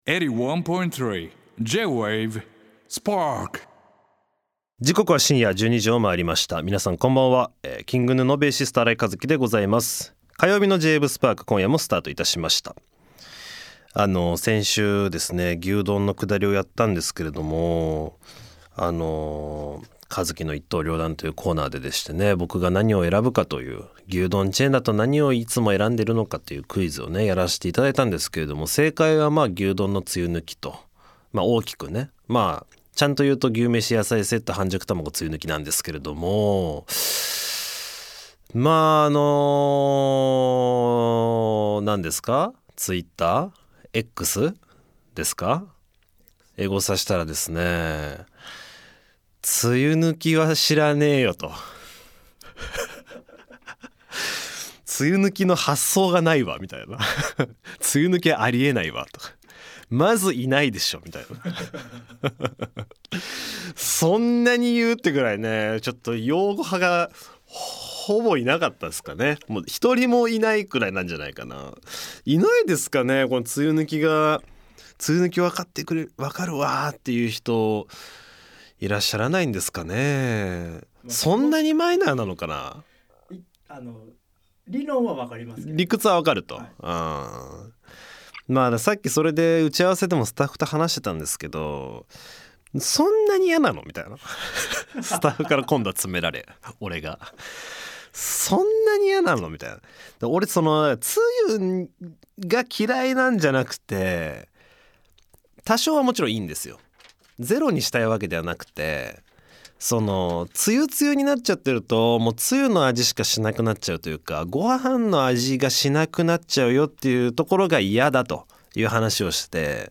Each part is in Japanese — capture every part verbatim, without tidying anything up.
エイティワンポイントスリー J-Wave Spark。 時刻は深夜じゅうにじを回りました。皆さんこんばんは、えー、キングヌーのベーシスト新井和樹でございます。火曜日の J-Wave Spark、 今夜もスタートいたしました。あの先週ですね、牛丼の下りをやったんですけれども、あの和樹の一刀両断というコーナーででしてね、僕が何を選ぶかという、牛丼チェーンだと何をいつも選んでるのかというクイズをねやらせていただいたんですけれども、正解はまあ牛丼のつゆ抜きと、まあ大きくね、まあちゃんと言うと牛飯野菜セット半熟卵つゆ抜きなんですけれども、まああの何ですか、ツイッター X ですか、英語さしたらですね、つゆ抜きは知らねえよとつゆ抜きの発想がないわみたいなつゆ抜きはありえないわとか、まずいないでしょみたいなそんなに言うってぐらいね、ちょっと用語派がほぼいなかったですかね。もう一人もいないくらいなんじゃないかな。いないですかね、このつゆ抜きが、つゆ抜き分かってくれ、分かるわっていう人いらっしゃらないんですかね。そんなにマイナーなのかな。 あの理論は分かりますけど、 理屈は分かると、 はい、 あまあさっきそれで打ち合わせでもスタッフと話してたんですけど、そんなに嫌なのみたいなスタッフから今度は詰められ、俺がそんなに嫌なのみたいな。俺そのつゆが嫌いなんじゃなくて、多少はもちろんいいんですよ。ゼロにしたいわけではなくて、そのつゆつゆになっちゃってるともうつゆの味しかしなくなっちゃうというか、ご飯の味がしなくなっちゃうよっていうところが嫌だという話をして、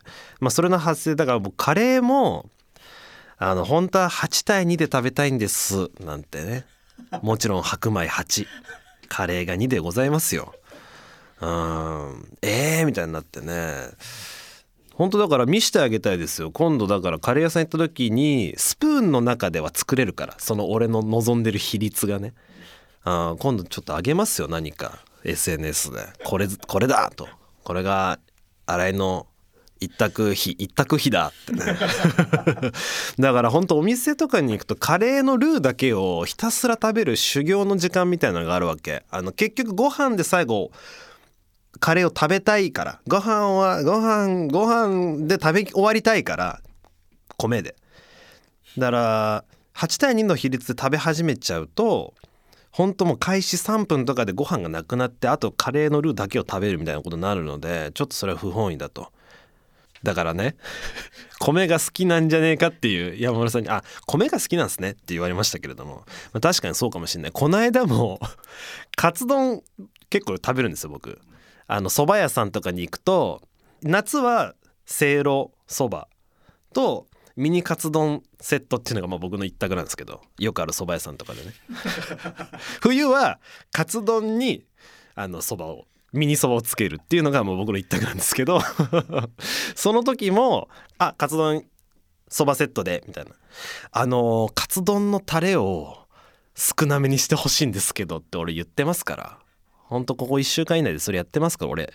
まあそれの発生だから、僕カレーもあの本当ははちたいにで食べたいんですなんてね、もちろん白米はち、カレーがにでございますよ。うーんえーみたいになってね、本当だから見してあげたいですよ。今度だからカレー屋さん行った時にスプーンの中では作れるから、その俺の望んでる比率がね、あ今度ちょっとあげますよ、何か エスエヌエス でこれこれだと、これが新井の一択比一択比だってねだから本当お店とかに行くとカレーのルーだけをひたすら食べる修行の時間みたいなのがあるわけ。あの結局ご飯で最後カレーを食べたいから、ご飯はご飯ご飯で食べ終わりたいから、米でだからはちたいにの比率で食べ始めちゃうと、本当もう開始さんぷんとかでご飯がなくなって、あとカレーのルーだけを食べるみたいなことになるので、ちょっとそれは不本意だと。だからね米が好きなんじゃねえかっていう山村さんに、あ米が好きなんですねって言われましたけれども、まあ、確かにそうかもしれない。この間もカツ丼結構食べるんですよ僕。あの蕎麦屋さんとかに行くと、夏はせいろそばとミニカツ丼セットっていうのがまあ僕の一択なんですけど、よくある蕎麦屋さんとかでね冬はカツ丼にあの蕎麦をミニそばをつけるっていうのがもう僕の一択なんですけどその時もあカツ丼そばセットでみたいな、あのー、カツ丼のタレを少なめにしてほしいんですけどって俺言ってますから、ほんとここいっしゅうかん以内でそれやってますから俺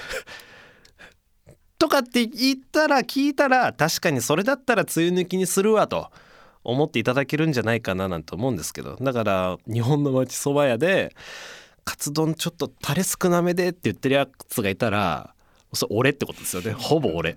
とかって言ったら、聞いたら確かにそれだったらつゆ抜きにするわと思っていただけるんじゃないかななんて思うんですけど、だから日本の町そば屋でカツ丼ちょっとタレ少なめでって言ってるやつがいたら、それ俺ってことですよね、ほぼ俺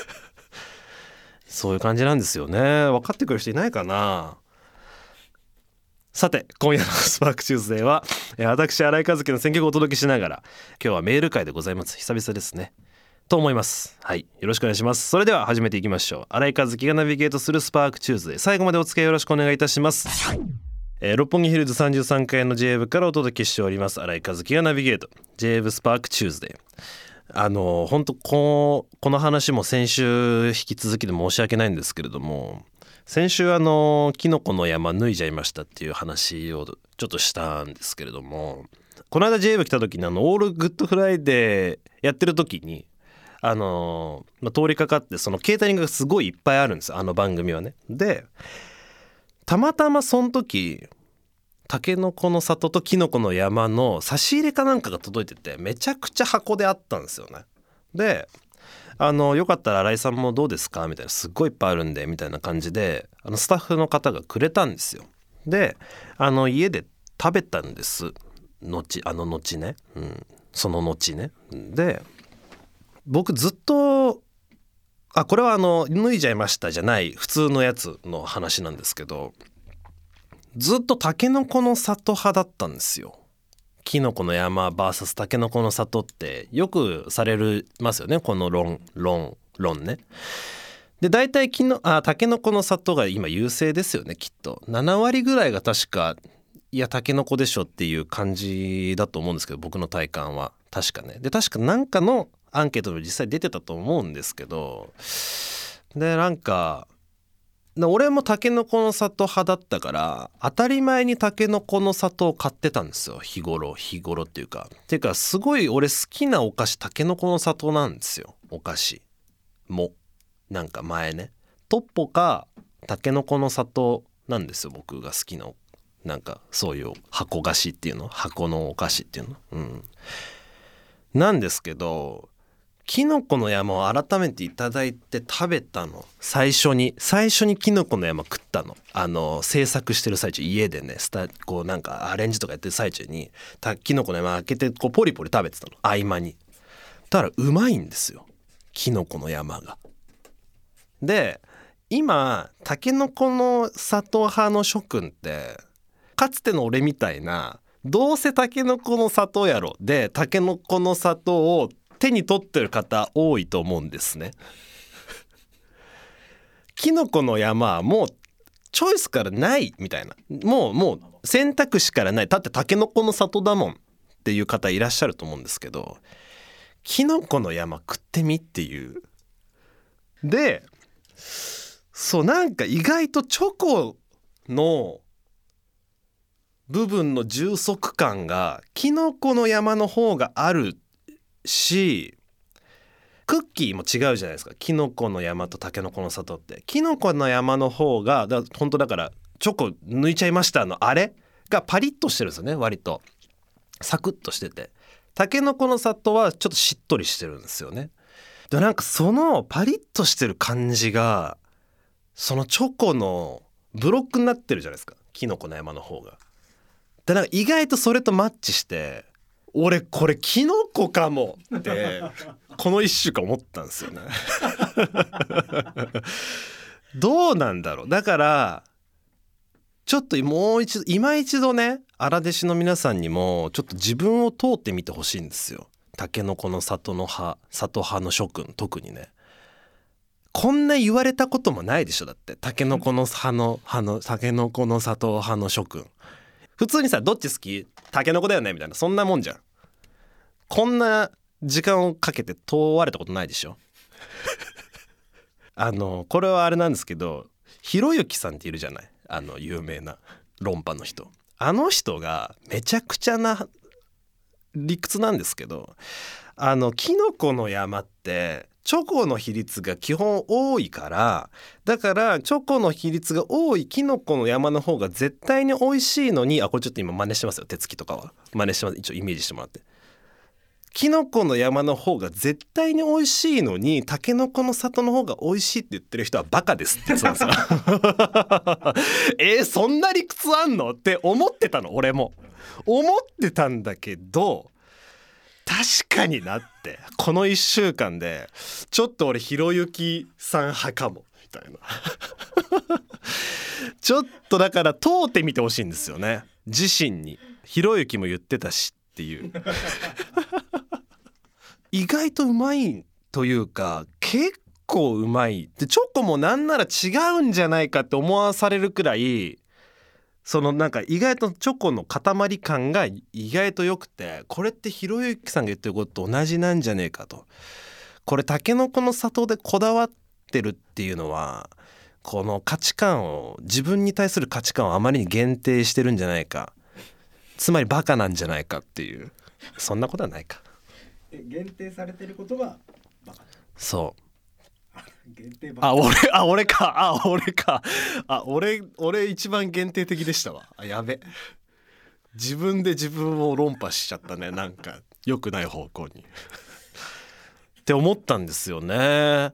そういう感じなんですよね。分かってくる人いないかな。さて今夜のスパークチューズデーは私新井和樹の選曲をお届けしながら、今日はメール会でございます。久々ですねと思います。はい、よろしくお願いします。それでは始めていきましょう。新井和樹がナビゲートするスパークチューズデー、最後までお付き合いよろしくお願いいたします。えー、六本木ヒルズさんじゅうさんかいの ジェイエブ からお届けしております新井和樹がナビゲート ジェイエブ スパークチューズデー。あの本当ここの話も先週引き続きで申し訳ないんですけれども、先週あのキノコの山脱いじゃいましたっていう話をちょっとしたんですけれども、この間 ジェイエブ 来た時にあのオールグッドフライデーやってる時にあの、まあ、通りかかって、そのケータリングがすごいいっぱいあるんですよ、あの番組はね。でたまたまその時タケノコの里とキノコの山の差し入れかなんかが届いてて、めちゃくちゃ箱であったんですよね。であのよかったら新井さんもどうですかみたいな、すっごいいっぱいあるんでみたいな感じであのスタッフの方がくれたんですよ。であの家で食べたんです後あの後ね、うん、その後ね。で僕ずっとあこれはあの脱いじゃいましたじゃない普通のやつの話なんですけど、ずっとタケノコの里派だったんですよ。キノコの山 ブイエス タケノコの里ってよくされるますよね、この論論論ね。で大体キノあタケノコの里が今優勢ですよね、きっとなな割ぐらいが確かいやタケノコでしょっていう感じだと思うんですけど、僕の体感は確かね。で確かなんかのアンケートで実際出てたと思うんですけど、でなんか俺もタケノコの里派だったから当たり前にタケノコの里を買ってたんですよ、日頃日頃っていうかっていうかすごい俺好きなお菓子タケノコの里なんですよ。お菓子もなんか前ねトッポかタケノコの里なんですよ、僕が好きななんかそういう箱菓子っていうの箱のお菓子っていうの、うん、なんですけどキノコの山を改めていただいて食べたの。最初に最初にキノコの山食ったの。あの制作してる最中家でねスタこうなんかアレンジとかやってる最中にたキノコの山開けてこうポリポリ食べてたの、合間に。だからうまいんですよキノコの山が。で今タケノコの里派の諸君ってかつての俺みたいなどうせタケノコの里やろでタケノコの里を手に取ってる方多いと思うんですね。キノコの山はもうチョイスからないみたいな、もうもう選択肢からない、だってタケノコの里だもんっていう方いらっしゃると思うんですけど、キノコの山食ってみっていう。でそうなんか意外とチョコの部分の充足感がキノコの山の方があるし、クッキーも違うじゃないですか。キノコの山とタケノコの里ってキノコの山の方がだ本当だからチョコ抜いちゃいましたのあれがパリッとしてるんですよね、割とサクッとしてて、タケノコの里はちょっとしっとりしてるんですよね。でなんかそのパリッとしてる感じがそのチョコのブロックになってるじゃないですか、キノコの山の方が。でなんか意外とそれとマッチして俺これキノコかもってこのいっしゅうかん思ったんですよね。どうなんだろう。だからちょっともう一度今一度ね荒弟子の皆さんにもちょっと自分を通ってみてほしいんですよ。タケノコの里の派里派の諸君特にね、こんな言われたこともないでしょ。だってタケノコの派の派のタケノコの里派の諸君普通にさどっち好きタケノコだよねみたいなそんなもんじゃん。こんな時間をかけて問われたことないでしょ。あのこれはあれなんですけどひろゆきさんっているじゃない、あの有名な論破の人。あの人がめちゃくちゃな理屈なんですけど、あのキノコの山ってチョコの比率が基本多いから、だからチョコの比率が多いキノコの山の方が絶対に美味しいのに、あこれちょっと今真似してますよ、手つきとかは真似してます。一応イメージしてもらって、キノコの山の方が絶対に美味しいのにタケノコの里の方が美味しいって言ってる人はバカですって言ってたんですよ。えー、そんな理屈あんのって思ってたの、俺も思ってたんだけど確かになって、このいっしゅうかんでちょっと俺ひろゆきさん派かもみたいな。ちょっとだから通ってみてほしいんですよね、自身に。ひろゆきも言ってたしっていう。意外とうまいというか結構うまいで、チョコもなんなら違うんじゃないかって思わされるくらい、そのなんか意外とチョコの塊感が意外と良くて、これってひろゆきさんが言ってることと同じなんじゃねえかと。これタケノコの里でこだわってるっていうのはこの価値観を、自分に対する価値観をあまりに限定してるんじゃないか、つまりバカなんじゃないかっていう。そんなことはないか。 限定されてることがバカ。 そう限定バカ。 あ俺あ俺かあ俺かあ俺俺一番限定的でしたわ。あやべ、自分で自分を論破しちゃったね、なんか良くない方向に。 って思ったんですよね。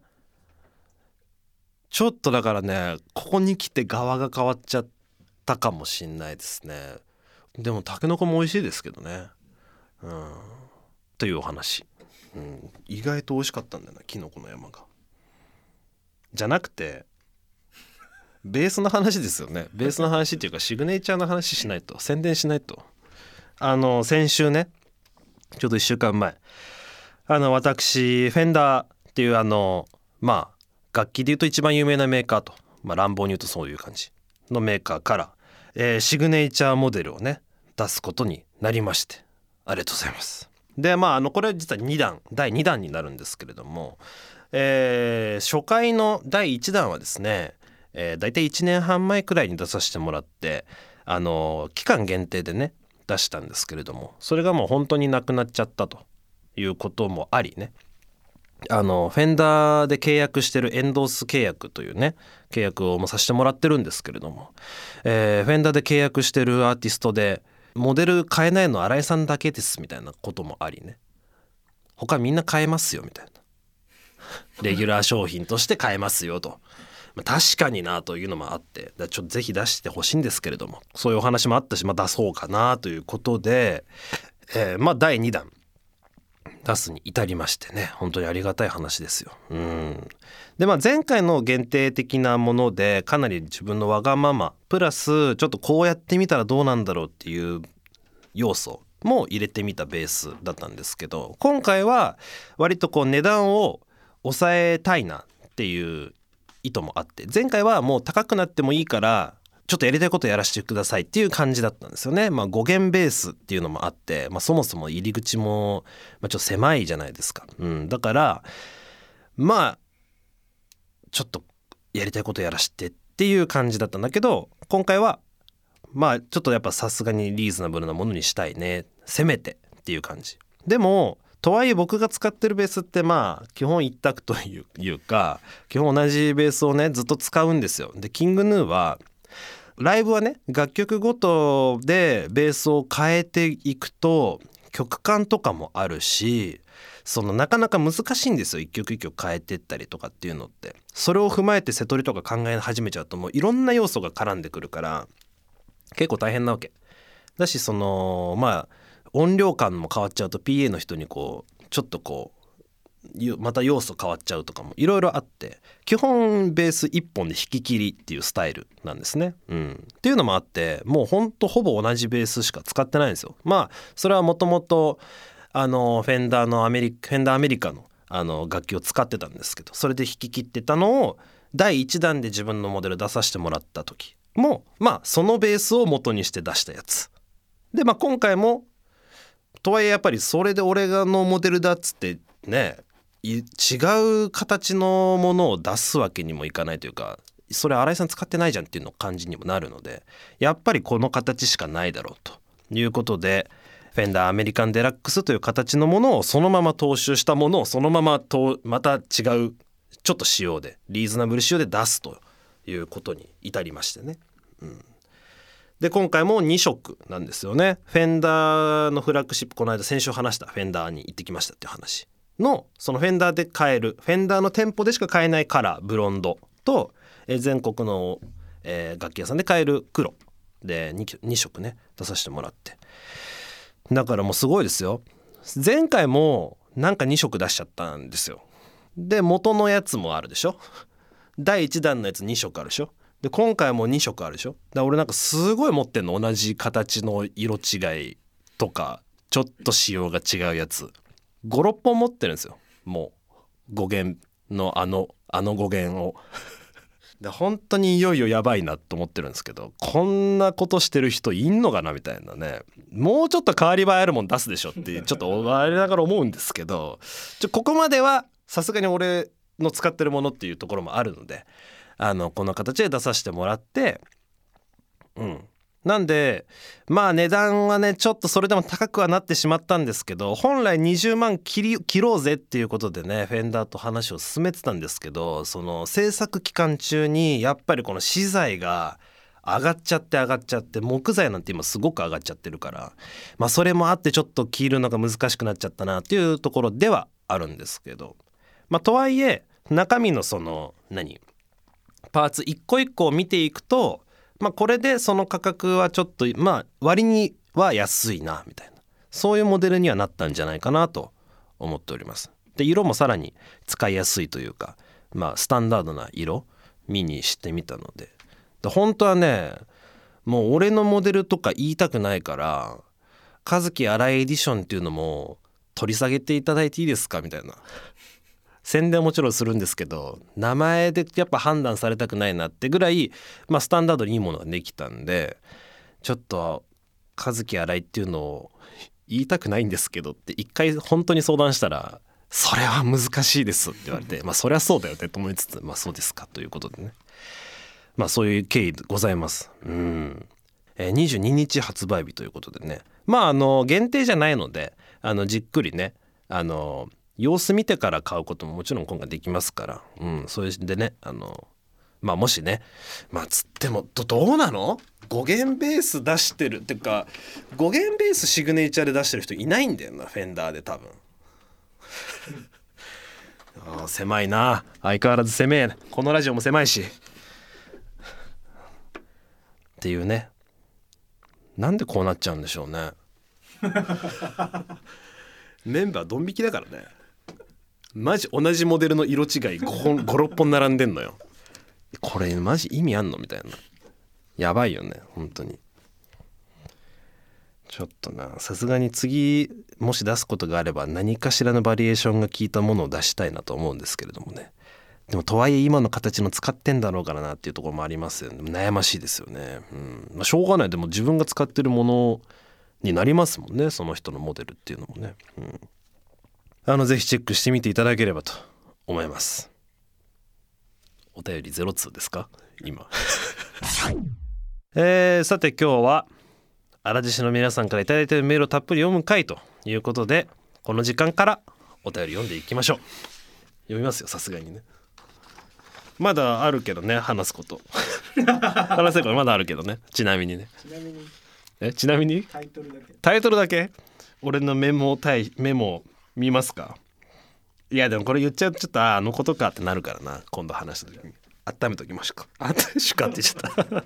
ちょっとだからねここに来て側が変わっちゃったかもしんないですね。でもタケノコも美味しいですけどね、うん、というお話、うん、意外と美味しかったんだよなキノコの山が。じゃなくてベースの話ですよね。ベースの話っていうかシグネチャーの話しないと、宣伝しないと。あの先週ねちょうどいっしゅうかんまえあの私フェンダーっていうあのまあ楽器でいうと一番有名なメーカーと、まあ、乱暴に言うとそういう感じのメーカーから、えー、シグネチャーモデルをね出すことになりまして、ありがとうございます。でまああのこれ実はにだんだいにだんになるんですけれども、えー、初回のだいいちだんはですね、えー、だいたいいちねんはんまえくらいに出させてもらって、あの期間限定でね出したんですけれども、それがもう本当になくなっちゃったということもありね、あのフェンダーで契約してるエンドース契約というね契約をもさせてもらってるんですけれども、えー、フェンダーで契約してるアーティストでモデル買えないの新井さんだけですみたいなこともありね、他みんな買えますよみたいなレギュラー商品として買えますよと、まあ、確かになというのもあって、だちょっとぜひ出してほしいんですけれども、そういうお話もあったし、まあ、出そうかなということで、えー、まあだいにだん出すに至りましてね、本当にありがたい話ですよ。うんでまあ前回の限定的なものでかなり自分のわがままプラスちょっとこうやってみたらどうなんだろうっていう要素も入れてみたベースだったんですけど、今回は割とこう値段を抑えたいなっていう意図もあって、前回はもう高くなってもいいからちょっとやりたいことやらせてくださいっていう感じだったんですよね。まあご弦ベースっていうのもあって、まあ、そもそも入り口も、まあ、ちょっと狭いじゃないですか、うん、だからまあちょっとやりたいことやらしてっていう感じだったんだけど、今回はまあちょっとやっぱさすがにリーズナブルなものにしたいね、せめてっていう感じでも、とはいえ僕が使ってるベースってまあ基本一択というか基本同じベースをねずっと使うんですよ。でキングヌーはライブはね楽曲ごとでベースを変えていくと曲感とかもあるし、そのなかなか難しいんですよ、一曲一曲変えてったりとかっていうのって。それを踏まえてセトリとか考え始めちゃうともういろんな要素が絡んでくるから結構大変なわけだし、そのまあ音量感も変わっちゃうと ピーエー の人にこうちょっとこうまた要素変わっちゃうとかもいろいろあって、基本ベースいっぽんで弾き切りっていうスタイルなんですね、うん、っていうのもあってもうほんとほぼ同じベースしか使ってないんですよ。まあそれはもともとあのフェンダーのアメリカフェンダーアメリカのあの楽器を使ってたんですけど、それで弾き切ってたのをだいいちだんで自分のモデル出させてもらった時もまあそのベースを元にして出したやつで、まあ今回もとはいえやっぱりそれで俺がのモデルだっつってね違う形のものを出すわけにもいかないというか、それ新井さん使ってないじゃんっていうの感じにもなるので、やっぱりこの形しかないだろうということでフェンダーアメリカンデラックスという形のものをそのまま踏襲したものをそのままとまた違うちょっと仕様でリーズナブル仕様で出すということに至りましてね、うん、で今回もにしょくなんですよね。フェンダーのフラッグシップ、この間先週話したフェンダーに行ってきましたっていう話の、そのフェンダーで買えるフェンダーの店舗でしか買えないカラーブロンドと、えー、全国の、えー、楽器屋さんで買える黒で 2, にしょくね出させてもらって、だからもうすごいですよ。前回もなんかにしょく出しちゃったんですよ。で元のやつもあるでしょ、だいいちだんのやつにしょくあるでしょ、で今回もにしょくあるでしょ。だから俺なんかすごい持ってんの、同じ形の色違いとかちょっと仕様が違うやつごろっぽん持ってるんですよ。もうご弦のあのあのご弦をで本当にいよいよやばいなと思ってるんですけど、こんなことしてる人いんのかなみたいなね、もうちょっと変わり映えあるもん出すでしょってちょっと我ながら思うんですけど、ちょここまではさすがに俺の使ってるものっていうところもあるので、あのこの形で出させてもらって、うんなんでまあ値段はねちょっとそれでも高くはなってしまったんですけど、本来にじゅうまん切り切ろうぜっていうことでねフェンダーと話を進めてたんですけど、その制作期間中にやっぱりこの資材が上がっちゃって上がっちゃって、木材なんて今すごく上がっちゃってるから、まあそれもあってちょっと切るのが難しくなっちゃったなっていうところではあるんですけど、まあとはいえ中身のその何パーツ一個一個を見ていくと、まあこれでその価格はちょっとまあ割には安いなみたいな、そういうモデルにはなったんじゃないかなと思っております。で色もさらに使いやすいというか、まあスタンダードな色見にしてみたので、で本当はねもう俺のモデルとか言いたくないから和樹新井エディションっていうのも取り下げていただいていいですかみたいな宣伝はもちろんするんですけど、名前でやっぱ判断されたくないなってぐらい、まあ、スタンダードにいいものができたんで、ちょっと和樹新井っていうのを言いたくないんですけどって一回本当に相談したら、それは難しいですって言われてまあそりゃそうだよねと思いつつ、まあそうですかということでね、まあそういう経緯でございます。うん、えー、にじゅうににち発売日ということでね、まああの限定じゃないので、あのじっくりねあの様子見てから買うことももちろん今回できますから、うん、それでねあのまあもしね、まあつっても ど, どうなのご弦ベース出してるってかご弦ベースシグネチャーで出してる人いないんだよな、フェンダーで多分あ狭いな、相変わらず狭え、このラジオも狭いしっていうね、なんでこうなっちゃうんでしょうねメンバードン引きだからね、マジ同じモデルの色違いごろっぽん並んでんのよ、これマジ意味あんのみたいな、やばいよね本当に。ちょっとな、さすがに次もし出すことがあれば何かしらのバリエーションが効いたものを出したいなと思うんですけれどもね。でもとはいえ今の形の使ってんだろうからなっていうところもありますよね。悩ましいですよね、うんまあ、しょうがない、でも自分が使ってるものになりますもんね、その人のモデルっていうのもね、うん、あのぜひチェックしてみていただければと思います。お便りゼロツーですか今えー、さて今日は荒獅子の皆さんからいただいているメールをたっぷり読む回ということで、この時間からお便り読んでいきましょう。読みますよ、さすがにね。まだあるけどね、話すこと話せることまだあるけどね。ちなみにねちなみにえちなみにタイトルだけタイトルだけ俺のメモ対メモ見ますか。いやでもこれ言っちゃうとちょっとああのことかってなるからな、今度話した時に温めときましょうか。温めしかって言っちゃった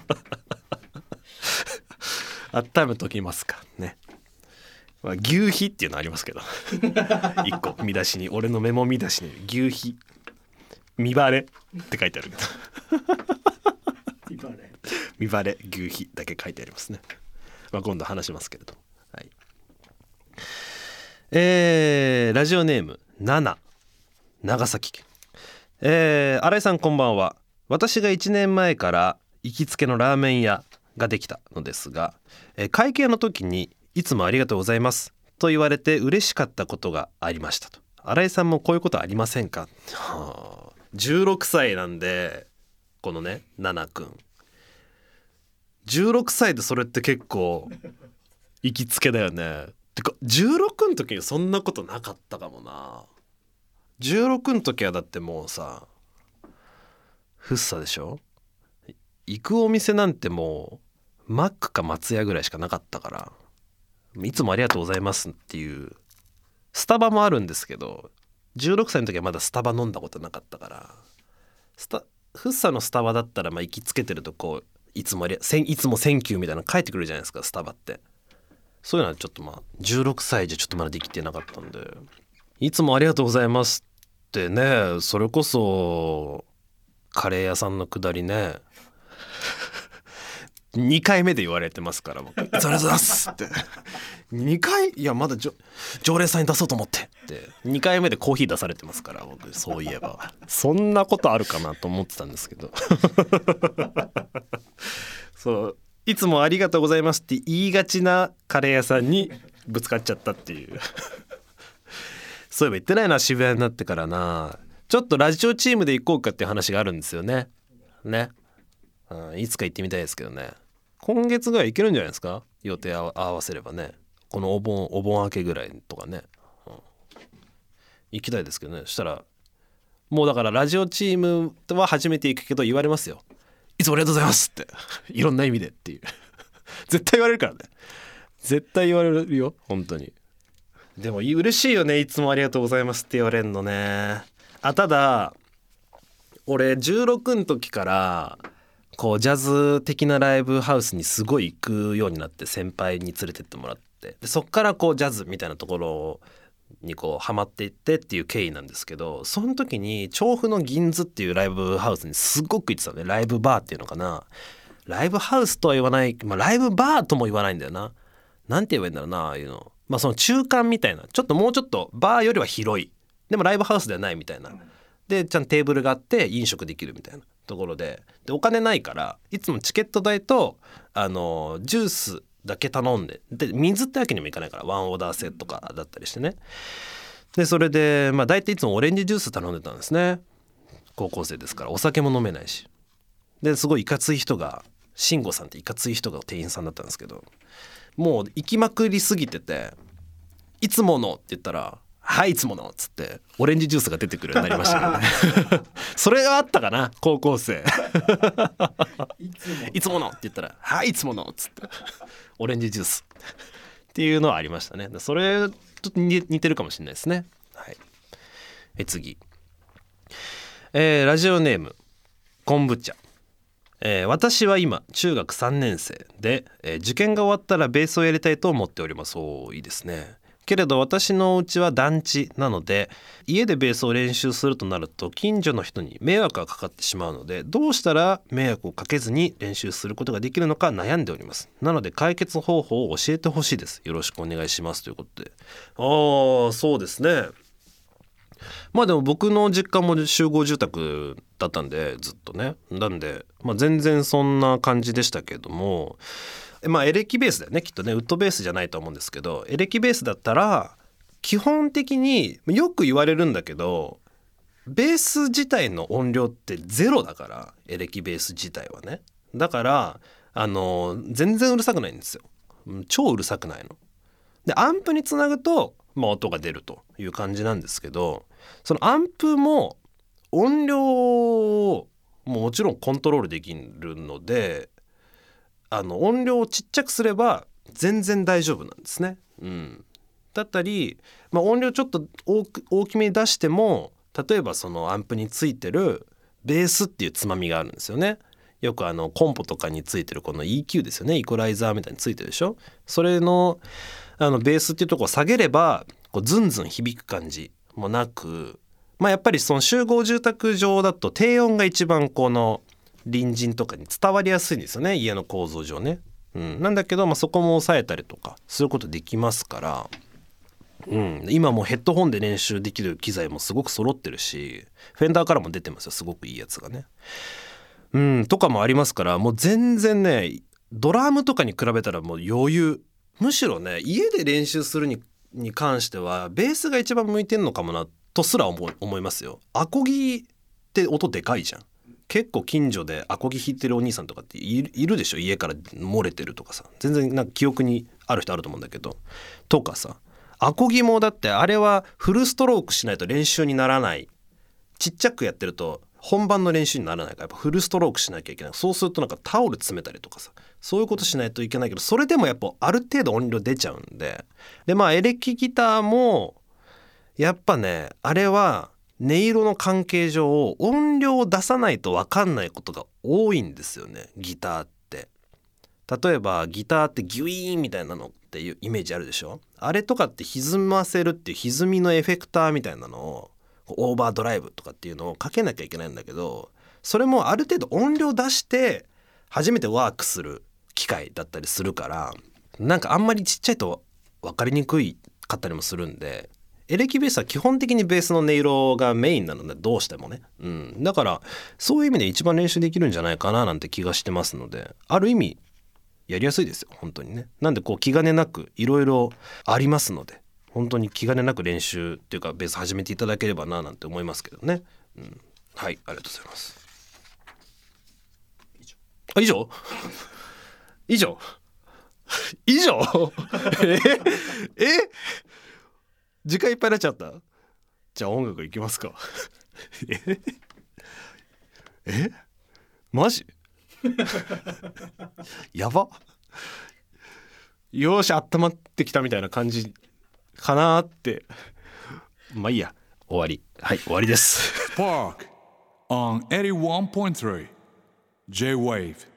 温めときますかね。まあ、牛皮っていうのありますけど一個見出しに、俺のメモ見出しに牛皮見バレって書いてあるけど見バレ見バレ牛皮だけ書いてありますね。まあ、今度話しますけれども、はい、えー、ラジオネームナナ長崎県、えー、新井さんこんばんは。私がいちねんまえから行きつけのラーメン屋ができたのですが、えー、会計の時にいつもありがとうございますと言われて嬉しかったことがありましたと。新井さんもこういうことありませんか。はあ、じゅうろくさいなんでこのねナナくんじゅうろくさいでそれって結構行きつけだよね。てかじゅうろくの時にそんなことなかったかもな。じゅうろくの時はだってもうさフッサでしょ。行くお店なんてもうマックか松屋ぐらいしかなかったから、いつもありがとうございますっていう。スタバもあるんですけどじゅうろくさいの時はまだスタバ飲んだことなかったから、スタフッサのスタバだったらまあ行きつけてるとこういつもありいつもセンキューみたいなの返ってくるじゃないですか、スタバって。そういうのはちょっとまあじゅうろくさいじゃちょっとまだできてなかったんで、いつもありがとうございますってね、それこそカレー屋さんのくだりねにかいめで言われてますから僕「ザラザラっす」ってにかい、いやまだじょ常連さんに出そうと思ってってにかいめでコーヒー出されてますから僕。そういえばそんなことあるかなと思ってたんですけどそういつもありがとうございますって言いがちなカレー屋さんにぶつかっちゃったっていうそういえば言ってないな、渋谷になってからな。ちょっとラジオチームで行こうかっていう話があるんですよね。ね、うん、いつか行ってみたいですけどね。今月ぐらい行けるんじゃないですか、予定合わせればね。このお盆お盆明けぐらいとかね、うん、行きたいですけどね。そしたらもうだからラジオチームは初めて行くけど言われますよ、いつもありがとうございますっていろんな意味でっていう絶対言われるからね。絶対言われるよ本当に。 でも嬉しいよね、いつもありがとうございますって言われるのね。あ、ただ俺じゅうろくの時からこうジャズ的なライブハウスにすごい行くようになって、先輩に連れてってもらって、でそっからこうジャズみたいなところにこうハマっていってっていう経緯なんですけど、その時に調布の銀座っていうライブハウスにすごく行ってたのね。ライブバーっていうのかな、ライブハウスとは言わない、まあ、ライブバーとも言わないんだよな。なんて言えばいいんだろうな、ああいうの。まあその中間みたいな、ちょっともうちょっとバーよりは広い、でもライブハウスではないみたいな、でちゃんとテーブルがあって飲食できるみたいなところで、でお金ないからいつもチケット代とあのジュースだけ頼んで、で水ってわけにもいかないからワンオーダー制とかだったりしてね。でそれでまあ大体いつもオレンジジュース頼んでたんですね。高校生ですからお酒も飲めないし、ですごいいかつい人が、慎吾さんっていかつい人が店員さんだったんですけど、もう行きまくりすぎてて、いつものって言ったらはいいつものっつってオレンジジュースが出てくるようになりましたけどねそれがあったかな、高校生いつもいつものって言ったらはいいつものっつってオレンジジュースっていうのはありましたね。それと似てるかもしれないですね。はい、え次、えー、ラジオネーム昆布茶。えー、私は今中学さんねん生で、えー、受験が終わったらベースをやりたいと思っております。おー、いいですね。けれど私のお家は団地なので、家でベースを練習するとなると近所の人に迷惑がかかってしまうので、どうしたら迷惑をかけずに練習することができるのか悩んでおります。なので解決方法を教えてほしいです。よろしくお願いしますということで。ああ、そうですね。まあでも僕の実家も集合住宅だったんでずっとね、なんで、まあ、全然そんな感じでしたけども、まあエレキベースだよねきっとね、ウッドベースじゃないと思うんですけど、エレキベースだったら基本的によく言われるんだけど、ベース自体の音量ってゼロだから、エレキベース自体はね、だからあの全然うるさくないんですよ。超うるさくないので、アンプにつなぐと、まあ、音が出るという感じなんですけど、そのアンプも音量をももちろんコントロールできるので、あの音量をちっちゃくすれば全然大丈夫なんですね。うん、だったり、まあ、音量ちょっと大く大きめに出しても、例えばそのアンプについてるベースっていうつまみがあるんですよね。よくあのコンポとかについてるこの イーキュー ですよね、イコライザーみたいについてるでしょ。それのあのベースっていうところを下げればこうズンズン響く感じもなく、まあ、やっぱりその集合住宅上だと低音が一番この隣人とかに伝わりやすいんですよね、家の構造上ね。うん、なんだけど、まあ、そこも抑えたりとかすることできますから、うん、今もうヘッドホンで練習できる機材もすごく揃ってるし、フェンダーからも出てますよ、すごくいいやつがね。うん、とかもありますから、もう全然ね、ドラムとかに比べたらもう余裕。むしろね、家で練習するにに関してはベースが一番向いてんのかもなとすら思い、思いますよ。アコギって音でかいじゃん。結構近所でアコギ弾いてるお兄さんとかっている、いるでしょ、家から漏れてるとかさ。全然なんか記憶にある人あると思うんだけど、とかさ、アコギもだってあれはフルストロークしないと練習にならない。ちっちゃくやってると本番の練習にならないから、やっぱフルストロークしなきゃいけない。そうするとなんかタオル詰めたりとかさ、そういうことしないといけないけど、それでもやっぱある程度音量出ちゃうんで、でまあエレキギターもやっぱね、あれは音色の関係上音量を出さないと分かんないことが多いんですよね、ギターって。例えばギターってギュイーンみたいなのっていうイメージあるでしょ。あれとかって歪ませるっていう歪みのエフェクターみたいなのを、オーバードライブとかっていうのをかけなきゃいけないんだけど、それもある程度音量出して初めてワークする機械だったりするから、なんかあんまりちっちゃいと分かりにくいかったりもするんで、エレキベースは基本的にベースの音色がメインなので、どうしてもね、うん、だからそういう意味で一番練習できるんじゃないかななんて気がしてますので、ある意味やりやすいですよ本当にね。なんでこう気兼ねなくいろいろありますので、本当に気兼ねなく練習っていうかベース始めていただければななんて思いますけどね、うん、はい、ありがとうございます。あ、以上以上以上ええ時間いっぱいになっちゃった。じゃあ音楽いきますかええマジやば、よーし温まってきたみたいな感じかなーって。まあいいや、終わり。はい、終わりです。 Spark on eighty-one point three J-Wave